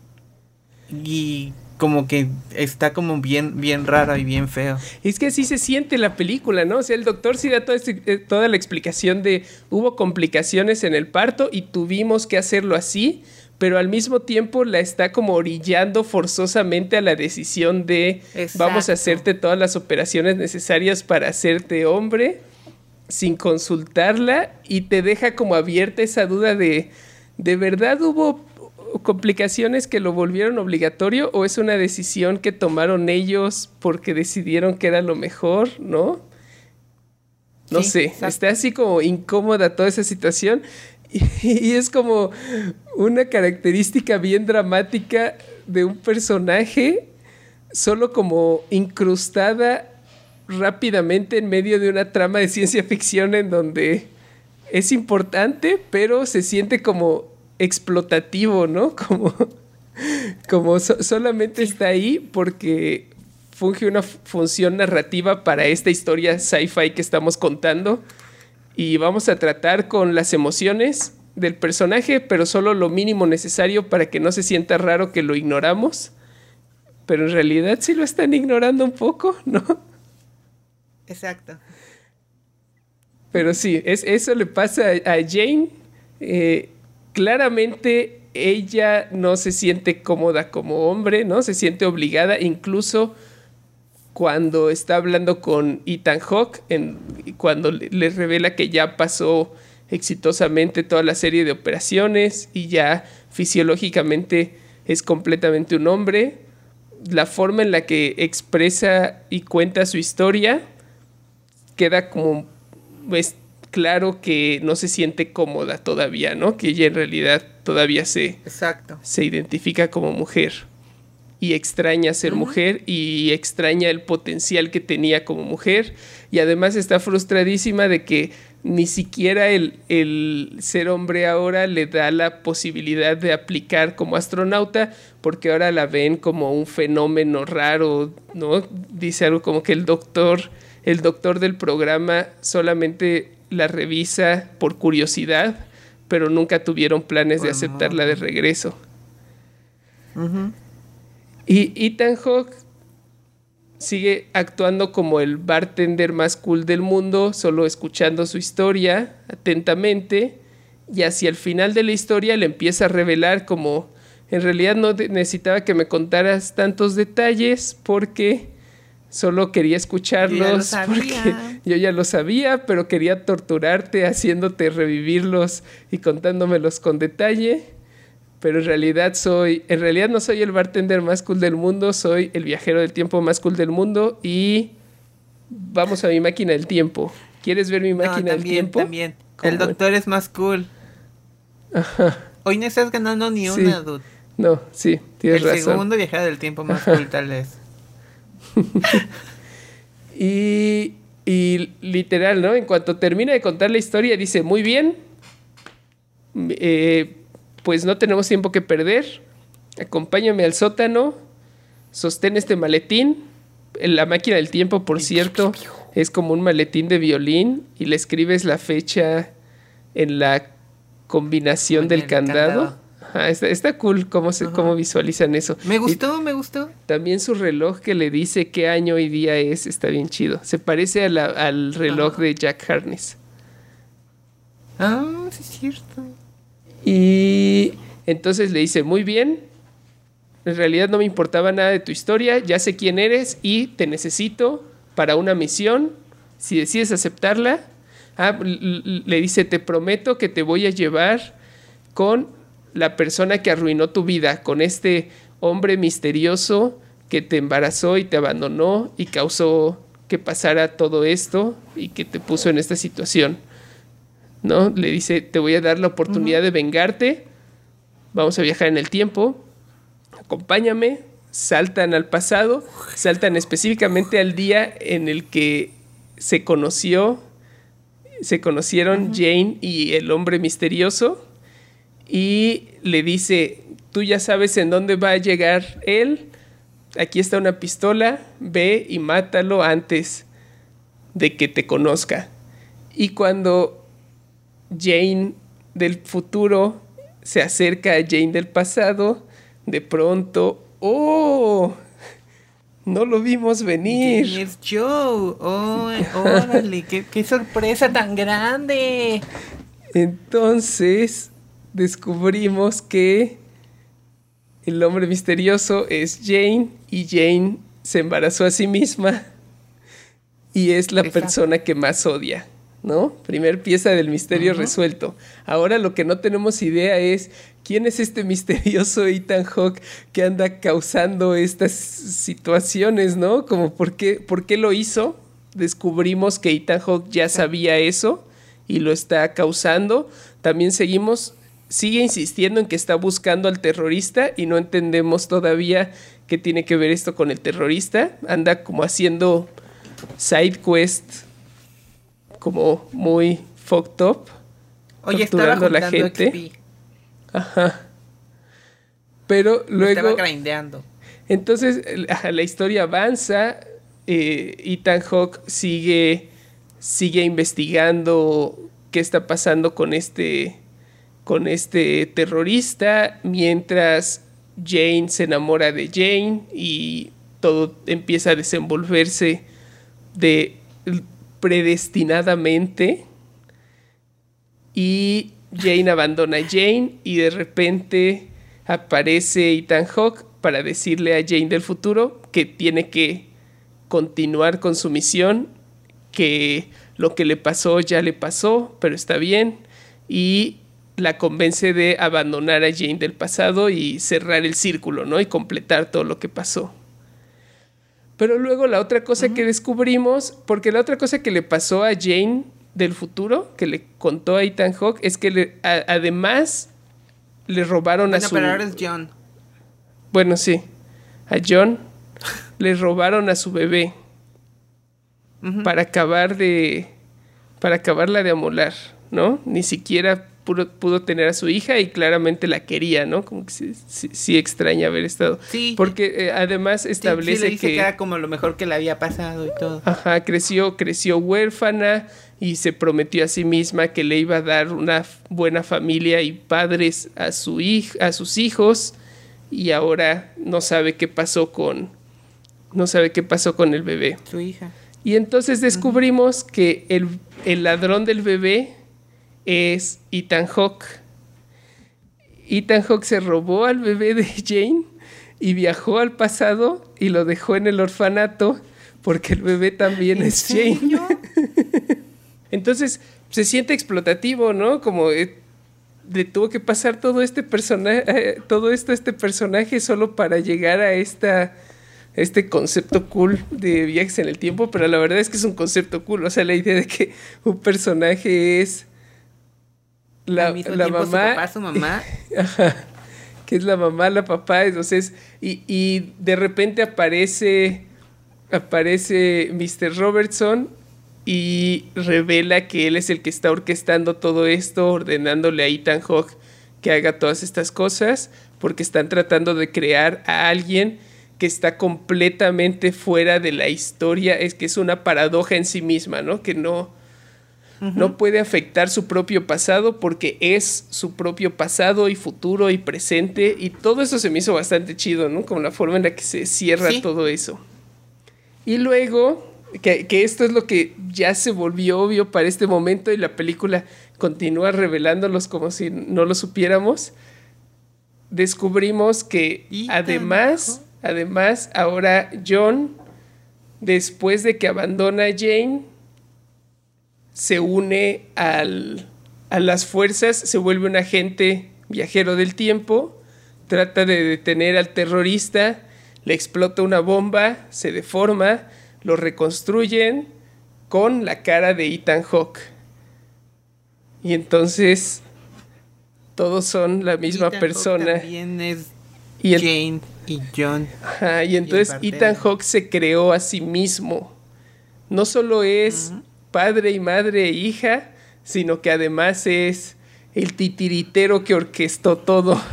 Y como que está como bien raro y bien feo. Es que así se siente la película, ¿no? O sea, el doctor sí da toda la explicación de hubo complicaciones en el parto y tuvimos que hacerlo así, pero al mismo tiempo la está como orillando forzosamente a la decisión de vamos a hacerte todas las operaciones necesarias para hacerte hombre sin consultarla, y te deja como abierta esa duda de verdad hubo complicaciones que lo volvieron obligatorio o es una decisión que tomaron ellos porque decidieron que era lo mejor, ¿no? No sé, exacto. Está así como incómoda toda esa situación y es como una característica bien dramática de un personaje solo como incrustada rápidamente en medio de una trama de ciencia ficción en donde es importante, pero se siente como explotativo, ¿no? Como solamente está ahí porque funge una función narrativa para esta historia sci-fi que estamos contando, y vamos a tratar con las emociones del personaje, pero solo lo mínimo necesario para que no se sienta raro que lo ignoramos, pero en realidad sí lo están ignorando un poco, ¿no? Exacto. Pero sí, eso le pasa a Jane. Claramente ella no se siente cómoda como hombre, ¿no? Se siente obligada, incluso cuando está hablando con Ethan Hawke, cuando le revela que ya pasó exitosamente toda la serie de operaciones y ya fisiológicamente es completamente un hombre. La forma en la que expresa y cuenta su historia queda como claro que no se siente cómoda todavía, ¿no? Que ella en realidad todavía se identifica como mujer y extraña ser mujer y extraña el potencial que tenía como mujer, y además está frustradísima de que ni siquiera el ser hombre ahora le da la posibilidad de aplicar como astronauta, porque ahora la ven como un fenómeno raro, ¿no? Dice algo como que el doctor del programa solamente la revisa por curiosidad, pero nunca tuvieron planes de aceptarla de regreso. Uh-huh. Y Ethan Hawke sigue actuando como el bartender más cool del mundo, solo escuchando su historia atentamente, y hacia el final de la historia le empieza a revelar como en realidad no necesitaba que me contaras tantos detalles porque solo quería escucharlos, porque yo ya lo sabía, pero quería torturarte haciéndote revivirlos y contándomelos con detalle. Pero en realidad no soy el bartender más cool del mundo, soy el viajero del tiempo más cool del mundo, y vamos a mi máquina del tiempo. ¿Quieres ver mi máquina del tiempo? También. El doctor es más cool. Ajá. Hoy no estás ganando ni una, dude. No, sí, tienes razón. El segundo viajero del tiempo más cool, tal vez. y literal, ¿no? En cuanto termina de contar la historia, dice, muy bien, pues no tenemos tiempo que perder, acompáñame al sótano, sostén este maletín. La máquina del tiempo, por cierto, es como un maletín de violín, y le escribes la fecha en la combinación del candado. Ajá, está cool cómo visualizan eso. Me gustó. También su reloj que le dice qué año y día es, está bien chido. Se parece al reloj de Jack Harkness. Ah, sí es cierto. Y entonces le dice, muy bien, en realidad no me importaba nada de tu historia, ya sé quién eres y te necesito para una misión, si decides aceptarla. Le dice, te prometo que te voy a llevar con la persona que arruinó tu vida, con este hombre misterioso que te embarazó y te abandonó y causó que pasara todo esto y que te puso en esta situación, ¿no? Le dice, te voy a dar la oportunidad de vengarte, vamos a viajar en el tiempo, acompáñame. Saltan al pasado, saltan específicamente al día en el que se conocieron Jane y el hombre misterioso, y le dice, tú ya sabes en dónde va a llegar él, aquí está una pistola, ve y mátalo antes de que te conozca. Y cuando Jane del futuro se acerca a Jane del pasado, de pronto, ¡oh! No lo vimos venir. ¿Quién es Joe? ¡Oh, órale! ¡Qué sorpresa tan grande! Entonces descubrimos que el hombre misterioso es Jane y Jane se embarazó a sí misma y es la persona que más odia, ¿no? Primer pieza del misterio resuelto. Ahora lo que no tenemos idea es quién es este misterioso Ethan Hawke que anda causando estas situaciones, ¿no? Como por qué lo hizo. Descubrimos que Ethan Hawke ya sabía eso y lo está causando. También sigue insistiendo en que está buscando al terrorista y no entendemos todavía qué tiene que ver esto con el terrorista. Anda como haciendo side quest como muy fucked up. Oye, torturando a la gente. XP. Ajá. Pero luego estaba grindeando. Entonces la historia avanza. Ethan Hawke sigue investigando qué está pasando con este terrorista, mientras Jane se enamora de Jane y todo empieza a desenvolverse predestinadamente, y Jane abandona a Jane y de repente aparece Ethan Hawke para decirle a Jane del futuro que tiene que continuar con su misión, que lo que le pasó ya le pasó, pero está bien, y la convence de abandonar a Jane del pasado y cerrar el círculo, ¿no? Y completar todo lo que pasó. Pero luego la otra cosa que descubrimos, porque la otra cosa que le pasó a Jane del futuro, que le contó a Ethan Hawke, es que además le robaron a su... Pero ahora es John. Bueno, sí. A John le robaron a su bebé para acabarla de amolar, ¿no? Ni siquiera pudo tener a su hija y claramente la quería, ¿no? Como que sí extraña haber estado. Sí. Porque además establece sí le dice que era como lo mejor que le había pasado y todo. Ajá, creció huérfana y se prometió a sí misma que le iba a dar una buena familia y padres a sus hijos, y ahora no sabe qué pasó con el bebé. Su hija. Y entonces descubrimos que el ladrón del bebé es Ethan Hawke. Ethan Hawke se robó al bebé de Jane y viajó al pasado y lo dejó en el orfanato porque el bebé también es Jane. Entonces se siente explotativo, ¿no? Como le tuvo que pasar todo este personaje solo para llegar a este concepto cool de viajes en el tiempo, pero la verdad es que es un concepto cool. O sea, la idea de que un personaje es la mamá, su mamá, ajá, que es la mamá, la papá, entonces, y de repente aparece Mr. Robertson y revela que él es el que está orquestando todo esto, ordenándole a Ethan Hawke que haga todas estas cosas, porque están tratando de crear a alguien que está completamente fuera de la historia. Es que es una paradoja en sí misma, ¿no? Que no puede afectar su propio pasado porque es su propio pasado y futuro y presente, y todo eso se me hizo bastante chido, ¿no? Como la forma en la que se cierra todo eso. Y luego, que esto es lo que ya se volvió obvio para este momento y la película continúa revelándolos como si no lo supiéramos. descubrimos que además, ahora John, después de que abandona a Jane, se une a las fuerzas, se vuelve un agente viajero del tiempo, trata de detener al terrorista, le explota una bomba, se deforma, lo reconstruyen con la cara de Ethan Hawke. Y entonces todos son la misma persona. También es Jane y John. Ajá, y entonces Ethan Hawke se creó a sí mismo. No solo es padre y madre e hija, sino que además es el titiritero que orquestó todo.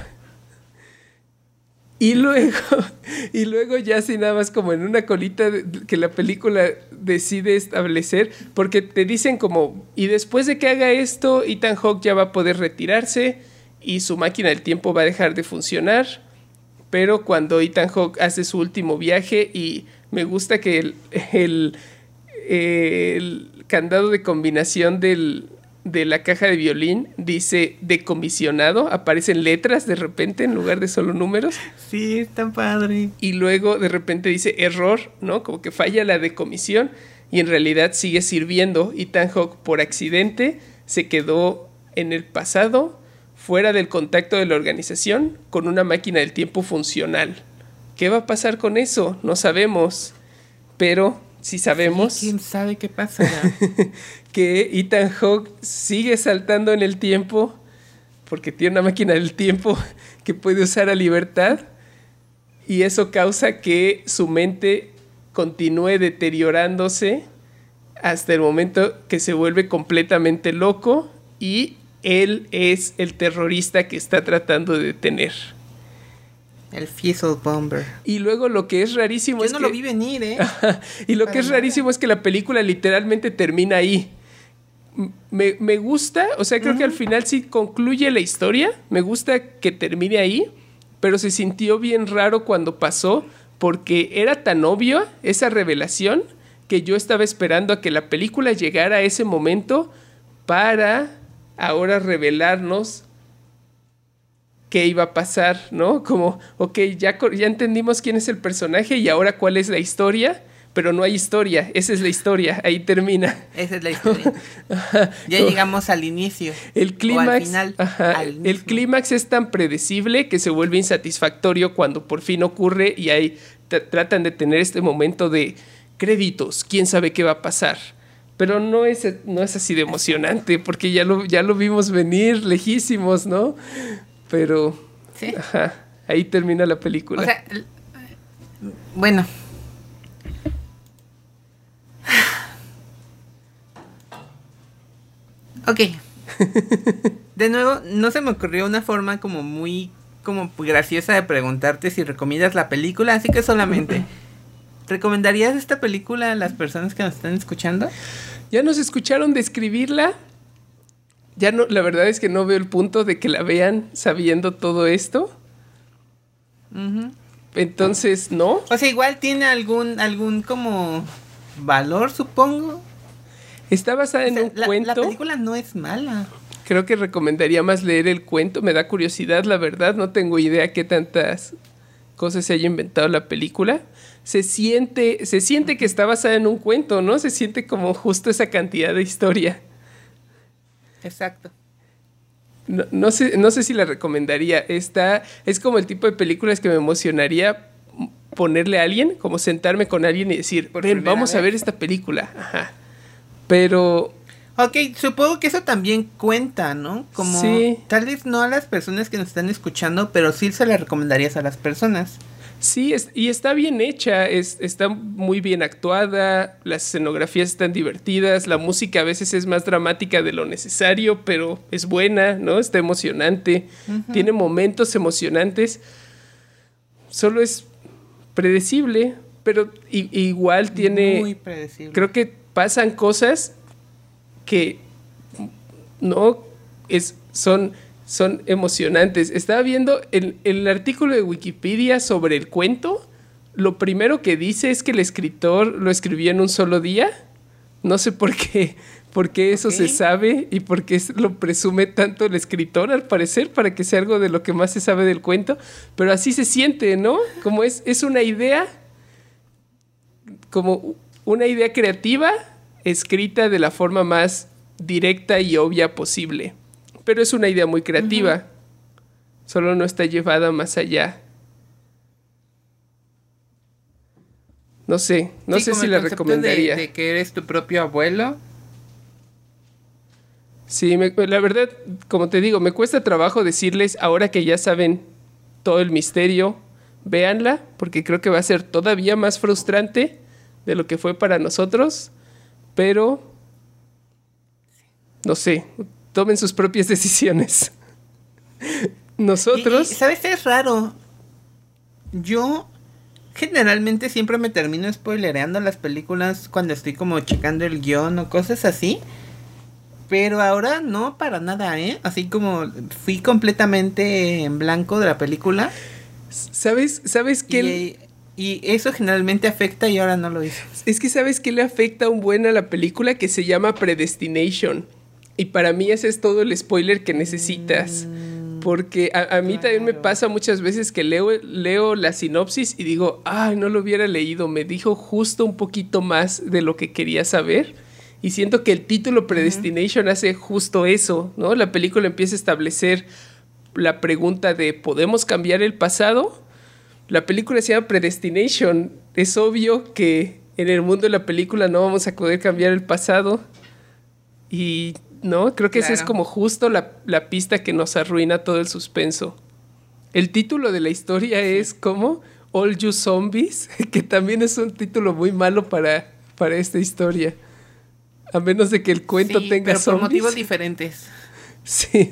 Y luego ya así nada más como en una colita que la película decide establecer, porque te dicen como, y después de que haga esto, Ethan Hawke ya va a poder retirarse y su máquina del tiempo va a dejar de funcionar. Pero cuando Ethan Hawke hace su último viaje, y me gusta que el candado de combinación de la caja de violín dice decomisionado, aparecen letras de repente en lugar de solo números. Sí, está padre. Y luego de repente dice error, ¿no? Como que falla la decomisión y en realidad sigue sirviendo. Ethan Hawke por accidente se quedó en el pasado, fuera del contacto de la organización, con una máquina del tiempo funcional. ¿Qué va a pasar con eso? No sabemos, pero sí sabemos. Sí, ¿quién sabe qué pasará? Que Ethan Hawke sigue saltando en el tiempo porque tiene una máquina del tiempo que puede usar a libertad y eso causa que su mente continúe deteriorándose hasta el momento que se vuelve completamente loco y él es el terrorista que está tratando de detener. El Fizzle Bomber. Y luego lo que es rarísimo es que... Yo no lo vi venir, ¿eh? Y lo que es rarísimo es que la película literalmente termina ahí. Me gusta, o sea, creo que al final sí concluye la historia. Me gusta que termine ahí, pero se sintió bien raro cuando pasó porque era tan obvio esa revelación que yo estaba esperando a que la película llegara a ese momento para ahora revelarnos qué iba a pasar, ¿no? Como, ok, ya entendimos quién es el personaje y ahora cuál es la historia, pero no hay historia, esa es la historia, ahí termina. Esa es la historia. Ya llegamos al inicio. El clímax, al final. El clímax es tan predecible que se vuelve insatisfactorio cuando por fin ocurre y ahí tratan de tener este momento de créditos, quién sabe qué va a pasar. Pero no es así de emocionante porque ya lo vimos venir lejísimos, ¿no? Pero, ¿sí? Ajá, ahí termina la película. O sea, bueno. Ok. De nuevo, no se me ocurrió una forma como muy graciosa de preguntarte si recomiendas la película, así que solamente, ¿recomendarías esta película a las personas que nos están escuchando? Ya nos escucharon describirla. Ya no, la verdad es que no veo el punto de que la vean sabiendo todo esto. Uh-huh. Entonces, ¿no? O sea, igual tiene algún como valor, supongo. Está basada en un cuento. La película no es mala. Creo que recomendaría más leer el cuento. Me da curiosidad, la verdad. No tengo idea qué tantas cosas se haya inventado la película. Se siente que está basada en un cuento, ¿no? Se siente como justo esa cantidad de historia. Exacto. No sé si la recomendaría. Es como el tipo de películas que me emocionaría ponerle a alguien, como sentarme con alguien y decir, ven, vamos a ver esta película. Ajá. Pero... Ok, supongo que eso también cuenta, ¿no? Como sí. Tal vez no a las personas que nos están escuchando, pero sí se la recomendarías a las personas. Sí, y está bien hecha, está muy bien actuada, las escenografías están divertidas, la música a veces es más dramática de lo necesario, pero es buena, ¿no? Está emocionante, tiene momentos emocionantes, solo es predecible, pero igual tiene... Muy predecible. Creo que pasan cosas que no son emocionantes. Estaba viendo el artículo de Wikipedia sobre el cuento. Lo primero que dice es que el escritor lo escribió en un solo día. No sé por qué, ¿Por qué eso se sabe y por qué lo presume tanto el escritor, al parecer, para que sea algo de lo que más se sabe del cuento? Pero así se siente, ¿no? Como es una idea, como una idea creativa, escrita de la forma más directa y obvia posible. Pero es una idea muy creativa. Solo no está llevada más allá. No sé si la recomendaría. De que eres tu propio abuelo. Sí, la verdad, como te digo, me cuesta trabajo decirles, ahora que ya saben todo el misterio, véanla, porque creo que va a ser todavía más frustrante de lo que fue para nosotros, pero no sé, tomen sus propias decisiones. Nosotros... ¿Sabes? Es raro. Yo generalmente siempre me termino spoilereando las películas cuando estoy como checando el guión o cosas así. Pero ahora no, para nada, ¿eh? Así como fui completamente en blanco de la película. ¿Sabes qué? Y eso generalmente afecta y ahora no lo hizo. Es que ¿sabes qué le afecta un buen a la película? Que se llama Predestination. Y para mí ese es todo el spoiler que necesitas. Porque a mí también me pasa muchas veces que leo la sinopsis y digo, ay, no lo hubiera leído. Me dijo justo un poquito más de lo que quería saber. Y siento que el título Predestination hace justo eso, ¿no? La película empieza a establecer la pregunta de ¿podemos cambiar el pasado? La película se llama Predestination. Es obvio que en el mundo de la película no vamos a poder cambiar el pasado. Y no, creo que esa es como justo la pista que nos arruina todo el suspenso. El título de la historia es como All You Zombies, que también es un título muy malo para esta historia. A menos de que el cuento tenga pero zombies. Por motivos diferentes. Sí.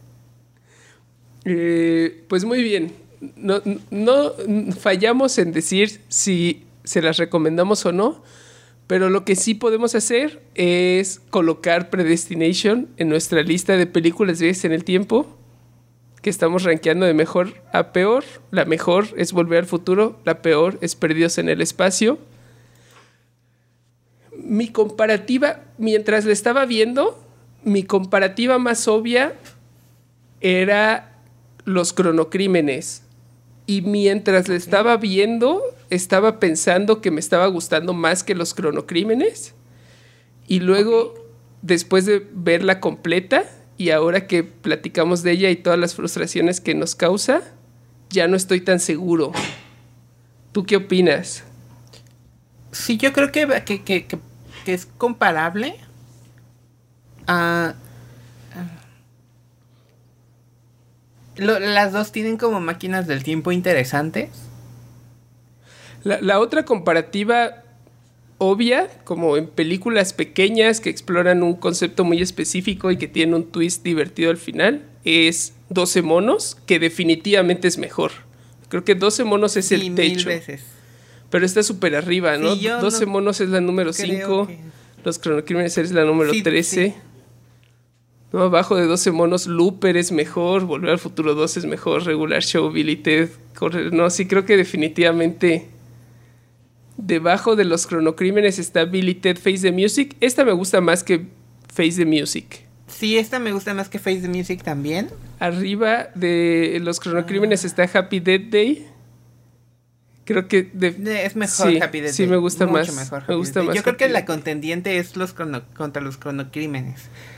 Pues muy bien. No fallamos en decir si se las recomendamos o no. Pero lo que sí podemos hacer es colocar Predestination en nuestra lista de películas de viajes en el tiempo, que estamos rankeando de mejor a peor. La mejor es Volver al Futuro. La peor es Perdidos en el Espacio. Mi comparativa, mientras la estaba viendo, mi comparativa más obvia era Los Cronocrímenes. Y mientras la estaba viendo, estaba pensando que me estaba gustando más que Los Cronocrímenes. Y luego, después de verla completa, y ahora que platicamos de ella y todas las frustraciones que nos causa, ya no estoy tan seguro. ¿Tú qué opinas? Sí, yo creo que es comparable a... las dos tienen como máquinas del tiempo interesantes. La otra comparativa obvia, como en películas pequeñas que exploran un concepto muy específico y que tienen un twist divertido al final, es 12 monos, que definitivamente es mejor. Creo que 12 monos es el techo. 1000 veces. Pero está súper arriba, ¿no? Sí, 12 monos es la número 5, Los Cronocrímenes es la número 13. Sí. No, abajo de 12 monos, Looper es mejor, Volver al Futuro 2 es mejor, Regular Show, Bill y Ted. No, sí, creo que definitivamente debajo de Los Cronocrímenes está Bill y Ted Face the Music. Esta me gusta más que Face the Music. Sí, esta me gusta más que Face the Music también. Arriba de Los Cronocrímenes está Happy Death Day. Creo que es mejor, sí, Happy Death Day. Sí, me gusta mucho más. Mejor, me gusta más. Yo creo que la contendiente es contra Los Cronocrímenes.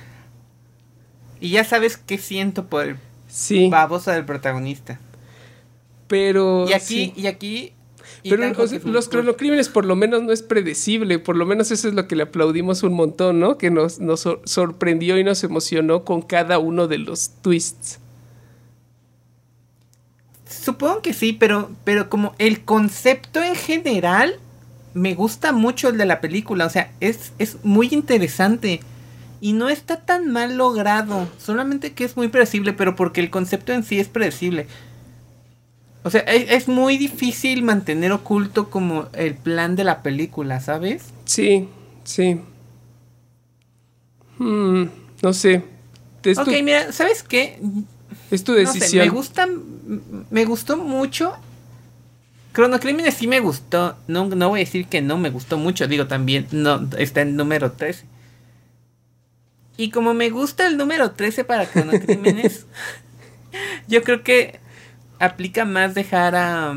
Y ya sabes qué siento por el baboso del protagonista. Pero pero Los Cronocrímenes por lo menos no es predecible. Por lo menos eso es lo que le aplaudimos un montón, ¿no? Que nos sorprendió y nos emocionó con cada uno de los twists. Supongo que sí, pero como el concepto en general me gusta mucho el de la película. O sea, es muy interesante. Y no está tan mal logrado. Solamente que es muy predecible, pero porque el concepto en sí es predecible. O sea, es muy difícil mantener oculto como el plan de la película, ¿sabes? Sí. No sé. Mira, ¿sabes qué? Es tu decisión. No sé, me gustó mucho. Cronocrímenes sí me gustó. No voy a decir que no me gustó mucho. Digo, también no está en número 13. Y como me gusta el número 13 para Cronocrímenes, yo creo que aplica más dejar a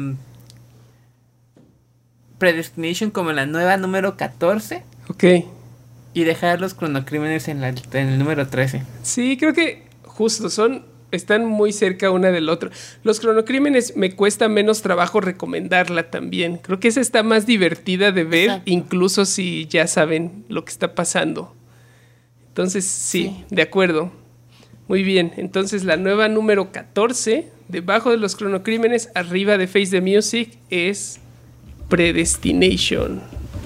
Predestination como la nueva número 14. Ok. Y dejar los Cronocrímenes en el número 13. Sí, creo que justo están muy cerca una del otro. Los Cronocrímenes me cuesta menos trabajo recomendarla también. Creo que esa está más divertida de ver, exacto, incluso si ya saben lo que está pasando. Entonces, sí, de acuerdo. Muy bien, entonces la nueva número 14, debajo de los Cronocrímenes, arriba de Face the Music, es Predestination.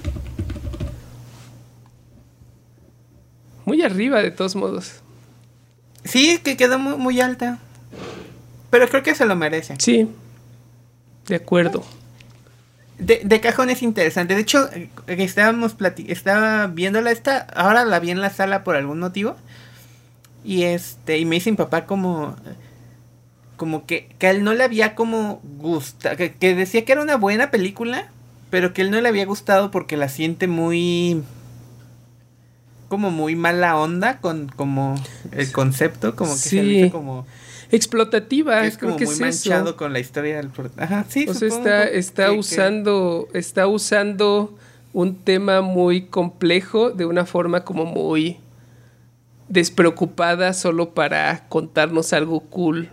Muy arriba, de todos modos. Sí, que quedó muy, muy alta. Pero creo que se lo merece. Sí, de acuerdo. De cajón es interesante. De hecho, estaba viéndola ahora la vi en la sala por algún motivo. Y y me dice mi papá como que a él no le había como gustado, que decía que era una buena película, pero que él no le había gustado porque la siente muy mala onda con como el concepto, como que sí, se le hizo como explotativa, que es como creo muy que es manchado eso. con la historia del ajá, sí, o sea, está usando un tema muy complejo de una forma como muy despreocupada solo para contarnos algo cool.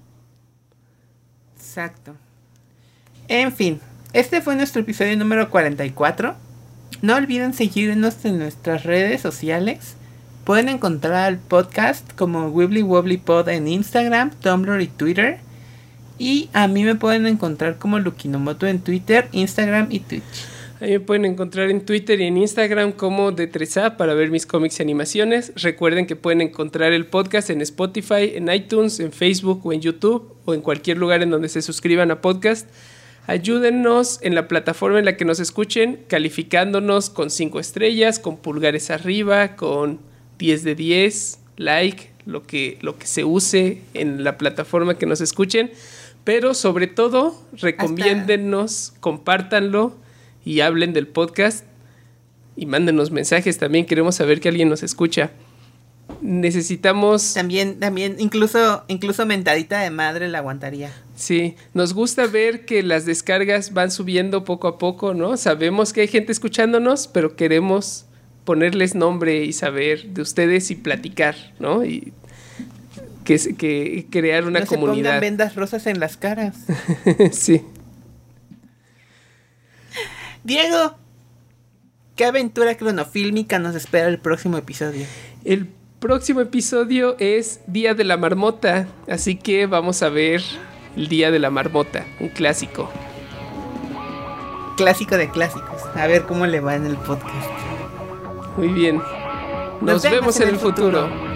Exacto. En fin, este fue nuestro episodio número 44. No olviden seguirnos en nuestras redes sociales. Pueden encontrar el podcast como Wibbly Wobbly Pod en Instagram, Tumblr y Twitter. Y a mí me pueden encontrar como Lukinomoto en Twitter, Instagram y Twitch. Ahí me pueden encontrar en Twitter y en Instagram como D3A para ver mis cómics y animaciones. Recuerden que pueden encontrar el podcast en Spotify, en iTunes, en Facebook o en YouTube o en cualquier lugar en donde se suscriban a podcast. Ayúdennos en la plataforma en la que nos escuchen, calificándonos con 5 estrellas, con pulgares arriba, con 10 de 10, like, lo que se use en la plataforma que nos escuchen. Pero sobre todo, recomiéndennos, compártanlo y hablen del podcast y mándenos mensajes también. Queremos saber que alguien nos escucha. Necesitamos... También, incluso mentadita de madre la aguantaría. Sí, nos gusta ver que las descargas van subiendo poco a poco, ¿no? Sabemos que hay gente escuchándonos, pero queremos ponerles nombre y saber de ustedes y platicar, ¿no? Y que crear una comunidad. No se pongan vendas rosas en las caras. Sí. Diego, ¿qué aventura cronofílmica nos espera el próximo episodio? El próximo episodio es Día de la Marmota, así que vamos a ver el Día de la Marmota, un clásico. Clásico de clásicos. A ver cómo le va en el podcast. Muy bien. Nos vemos en el futuro.